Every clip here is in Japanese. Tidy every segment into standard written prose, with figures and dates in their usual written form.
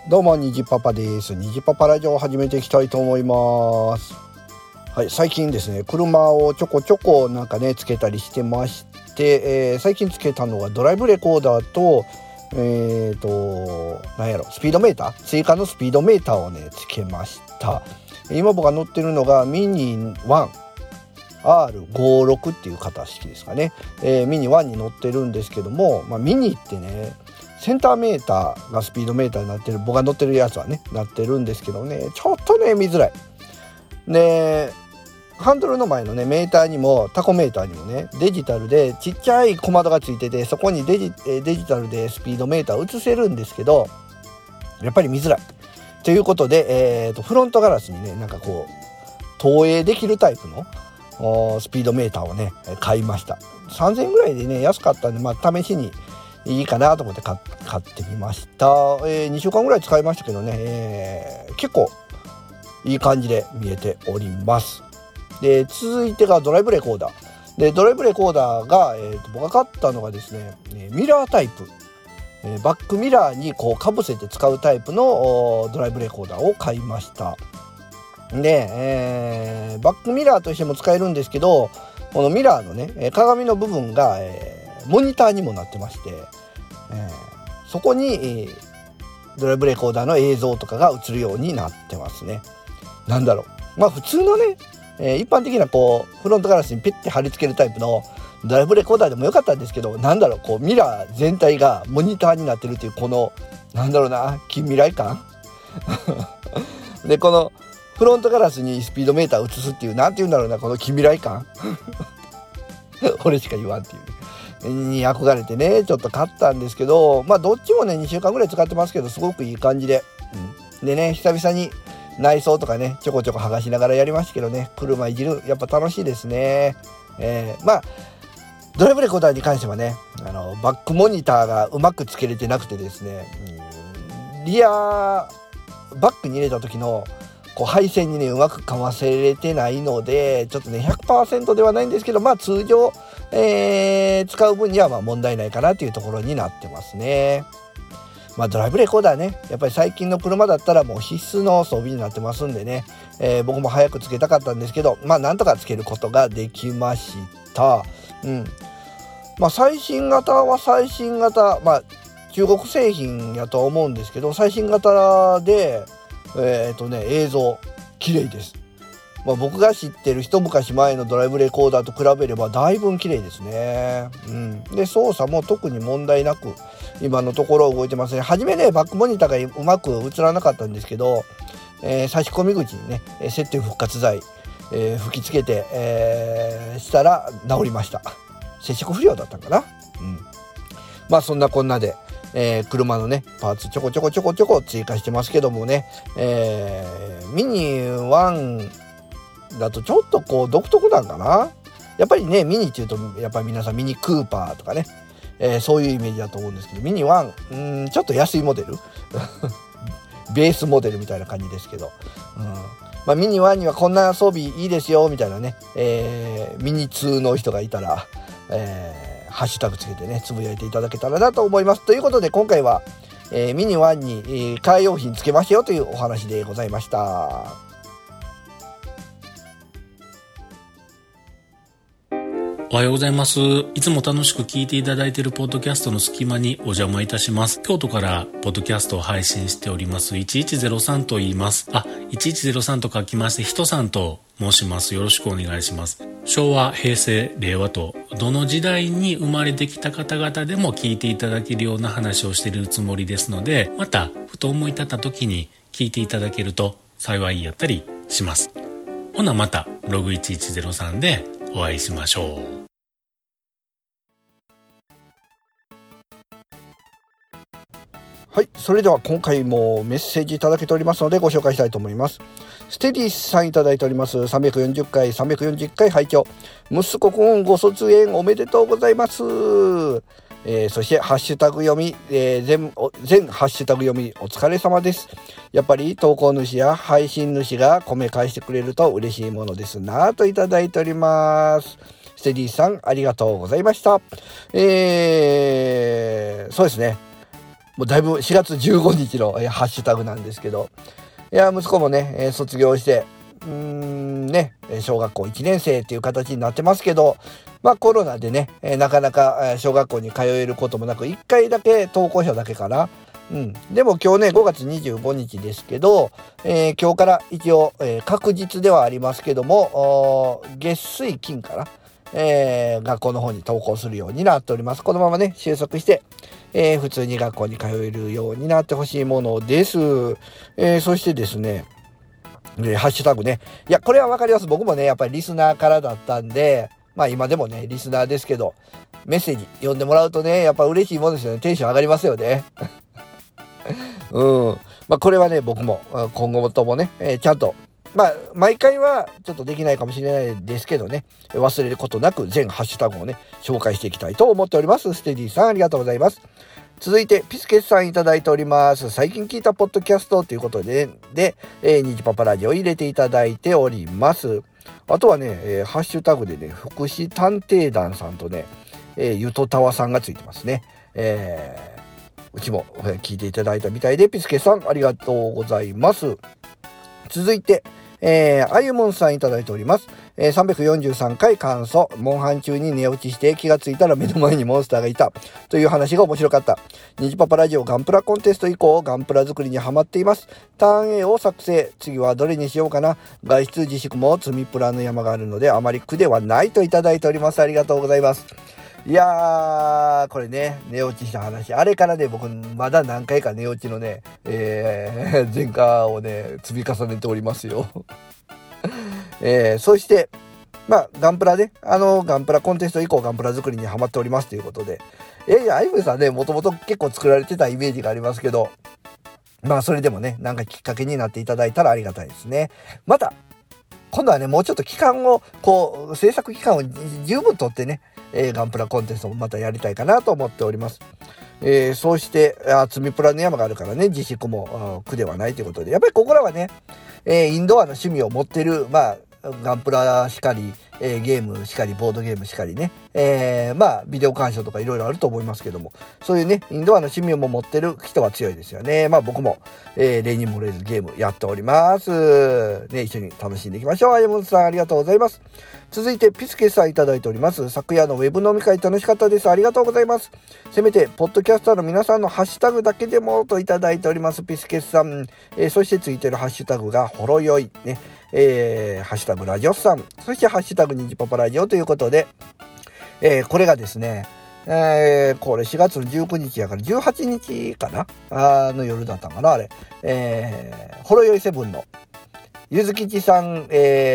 どうもにじパパです。にじパパラジオを始めていきたいと思います。はい、最近ですね、車をちょこちょこつけたりしてまして、最近つけたのがドライブレコーダーとスピードメーター、追加のスピードメーターをねつけました。今僕が乗ってるのがミニ1 R56 っていう型式ですかね。ミニ1に乗ってるんですけども、ミニってねセンターメーターがスピードメーターになってる、僕が乗ってるやつはねなってるんですけどね、ちょっとね見づらいね。ハンドルの前のねメーターにもタコメーターにもねデジタルでちっちゃい小窓がついてて、そこにデジタルでスピードメーターを映せるんですけど、やっぱり見づらいということで、フロントガラスにね投影できるタイプのスピードメーターをね買いました。3000円ぐらいでね安かったんで、試しにいいかなと思って買ってみました。2週間ぐらい使いましたけどね、結構いい感じで見えております。で続いてがドライブレコーダーで、ドライブレコーダーが、僕が買ったのがですねミラータイプ、バックミラーにかぶせて使うタイプのドライブレコーダーを買いました。で、バックミラーとしても使えるんですけど、このミラーのね鏡の部分が、モニターにもなってまして、そこに、ドライブレコーダーの映像とかが映るようになってますね。普通のね、一般的なフロントガラスにペッて貼り付けるタイプのドライブレコーダーでもよかったんですけど、ミラー全体がモニターになってるっていうこの近未来感で、このフロントガラスにスピードメーターを映すっていうこの近未来感俺しか言わんっていうに憧れてねちょっと買ったんですけど、どっちもね2週間ぐらい使ってますけど、すごくいい感じで、でね久々に内装とかねちょこちょこ剥がしながらやりましたけどね、車いじるやっぱ楽しいですね。ドライブレコーダーに関してはねバックモニターがうまくつけれてなくてですね、リアバックに入れた時の配線にねうまくかませれてないので、ちょっとね 100% ではないんですけど、通常、使う分には問題ないかなというところになってますね。ドライブレコーダーねやっぱり最近の車だったらもう必須の装備になってますんでね、僕も早くつけたかったんですけど、なんとかつけることができました。最新型は最新型、中国製品やとは思うんですけど、最新型で映像綺麗です。僕が知ってる一昔前のドライブレコーダーと比べればだいぶ綺麗ですね。で操作も特に問題なく今のところ動いてますね。初めねバックモニターがうまく映らなかったんですけど、差し込み口にね接点復活剤、吹きつけて、したら治りました。接触不良だったかな。そんなこんなで車のねパーツちょこちょこ追加してますけどもね、ミニ1だとちょっと独特なんかな。やっぱりねミニっていうとやっぱり皆さんミニクーパーとかね、そういうイメージだと思うんですけど、ミニ1ちょっと安いモデルベースモデルみたいな感じですけど、ミニ1にはこんな装備いいですよみたいなね、ミニ2の人がいたら、ハッシュタグつけてねつぶやいていただけたらなと思います。ということで今回は、ミニ1に、カー用品つけましたよというお話でございました。 おはようございます。いつも楽しく聞いていただいているポッドキャストの隙間にお邪魔いたします。京都からポッドキャストを配信しております1103と言います。1103と書きまして人さんと申します。よろしくお願いします。昭和、平成、令和とどの時代に生まれてきた方々でも聞いていただけるような話をしているつもりですので、またふと思い立った時に聞いていただけると幸いやったりします。ほなまたログ1103でお会いしましょう。 はい、それでは今回もメッセージいただけておりますのでご紹介したいと思います。ステディさんいただいております。340回拝聴、息子くんご卒園おめでとうございます。そしてハッシュタグ読み、全ハッシュタグ読みお疲れ様です。やっぱり投稿主や配信主が米返してくれると嬉しいものですなといただいております。ステディさんありがとうございました。そうですね、 もうだいぶ4月15日のハッシュタグなんですけど、いや息子もね、卒業して小学校1年生っていう形になってますけど、コロナでね、なかなか小学校に通えることもなく1回だけ登校表だけかな。でも今日ね5月25日ですけど、今日から一応、確実ではありますけども月水金かな、学校の方に登校するようになっております。このままね収束して、普通に学校に通えるようになってほしいものです。そしてですね、ハッシュタグね、いやこれは分かります。僕もねやっぱりリスナーからだったんで、今でもねリスナーですけど、メッセージ読んでもらうとねやっぱ嬉しいものですよね。テンション上がりますよね。これはね僕も今後ともね、ちゃんと毎回はちょっとできないかもしれないですけどね、忘れることなく全ハッシュタグをね紹介していきたいと思っております。ステディさんありがとうございます。続いてピスケスさんいただいております。最近聞いたポッドキャストということでニジパパラジオ入れていただいております。あとはね、ハッシュタグでね福祉探偵団さんとね、ゆとたわさんがついてますね。うちも聞いていただいたみたいで、ピスケさんありがとうございます。続いてあゆもんさんいただいております。343回感想。モンハン中に寝落ちして気がついたら目の前にモンスターがいたという話が面白かった。ニジパパラジオガンプラコンテスト以降ガンプラ作りにハマっています。ターン A を作成。次はどれにしようかな。外出自粛も積みプラの山があるのであまり苦ではないといただいております。ありがとうございます。いやーこれね寝落ちした話、あれからね僕まだ何回か寝落ちのね、前科をね積み重ねておりますよ。そしてガンプラねガンプラコンテスト以降ガンプラ作りにハマっておりますということで、アイブさんねもともと結構作られてたイメージがありますけど、それでもねなんかきっかけになっていただいたらありがたいですね。また今度はねもうちょっと期間を制作期間を十分とってね、ガンプラコンテストもまたやりたいかなと思っております。そうして積みプラの山があるからね自粛も苦ではないということで、やっぱりここらはね、インドアの趣味を持ってるガンプラしかり、ゲームしかりボードゲームしかりね、ビデオ鑑賞とかいろいろあると思いますけども、そういうねインドアの趣味も持ってる人は強いですよね。僕も、例に漏れずゲームやっておりますね。一緒に楽しんでいきましょう。あやもんさんありがとうございます。続いてピスケさんいただいております。昨夜のウェブ飲み会楽しかったです。ありがとうございます。せめてポッドキャスターの皆さんのハッシュタグだけでもといただいております。ピスケさん、そしてついてるハッシュタグがほろよいね、ハッシュタグラジオさん、そしてハッシュタグニジパパラジオということで、これがですね、これ4月の19日やから18日かなの夜だったかなあれ、ほろよいセブンのゆずきちさん、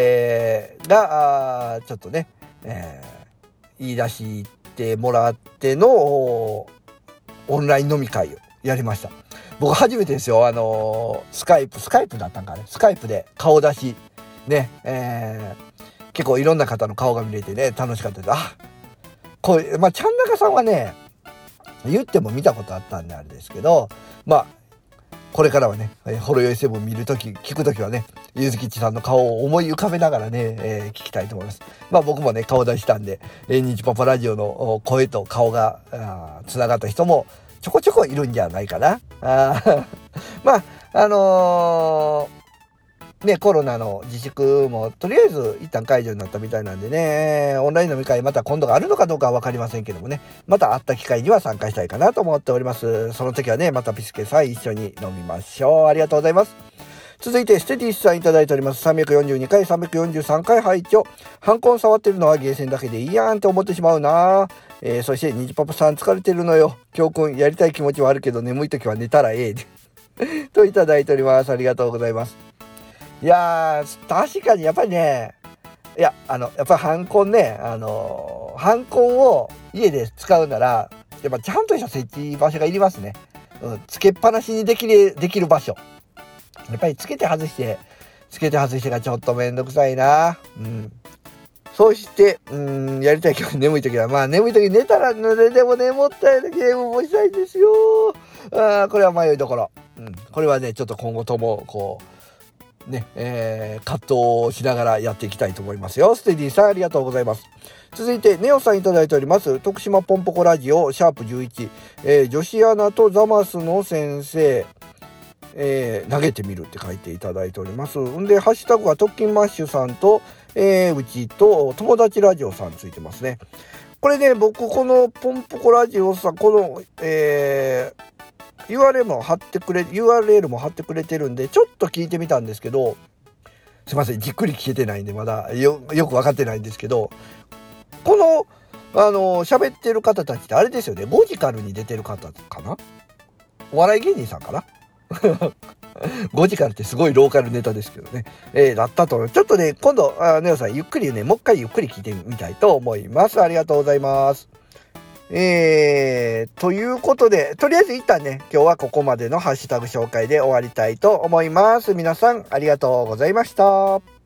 がちょっとね、言い出してもらってのオンライン飲み会をやりました。僕初めてですよ。スカイプだったんかね。スカイプで顔出しね、結構いろんな方の顔が見れてね楽しかったです。こうちゃんなかさんはね言っても見たことあったんであれですけど、これからはねほろよいセブン見るとき聞くときはねゆずきちさんの顔を思い浮かべながらね、聞きたいと思います。僕もね顔出したんで、ニジパパラジオの声と顔がつながった人もちょこちょこいるんじゃないかな。コロナの自粛もとりあえず一旦解除になったみたいなんでね、オンライン飲み会また今度があるのかどうかは分かりませんけどもね、また会った機会には参加したいかなと思っております。その時はねまたピスケさん一緒に飲みましょう。ありがとうございます。続いてステディスさんいただいております。342回343回拝聴。ハンコン触ってるのはゲーセンだけでいいやんって思ってしまうな。そしてニジパパさん疲れてるのよ。教訓やりたい気持ちはあるけど眠い時は寝たらええといただいております。ありがとうございます。いやー確かにやっぱりね、やっぱりハンコンね、ハンコンを家で使うならやっぱちゃんとした設置場所がいりますね。つけっぱなしにできる場所、やっぱりつけて外してがちょっとめんどくさいな。そしてやりたいけど眠い時は眠い時寝たらでもねもったいないゲームもしたいですよ。これは迷いどころ。これはねちょっと今後ともね、葛藤をしながらやっていきたいと思いますよ。ステディさんありがとうございます。続いてネオさんいただいております。徳島ポンポコラジオシャープ11、女子アナとザマスの先生、投げてみるって書いていただいております。んでハッシュタグは特勤マッシュさんと、うちと友達ラジオさんついてますね。これね、僕このポンポコラジオさんこの、URL も貼ってくれてるんでちょっと聞いてみたんですけど、すいませんじっくり聞けてないんでまだよく分かってないんですけど、この喋ってる方たちってあれですよね、ゴジカルに出てる方かな、お笑い芸人さんかなゴジカルってすごいローカルネタですけどね、だったと思う。ちょっとね今度ネオさんゆっくりねもう一回ゆっくり聞いてみたいと思います。ありがとうございます。ということでとりあえず一旦ね今日はここまでのハッシュタグ紹介で終わりたいと思います。皆さんありがとうございました。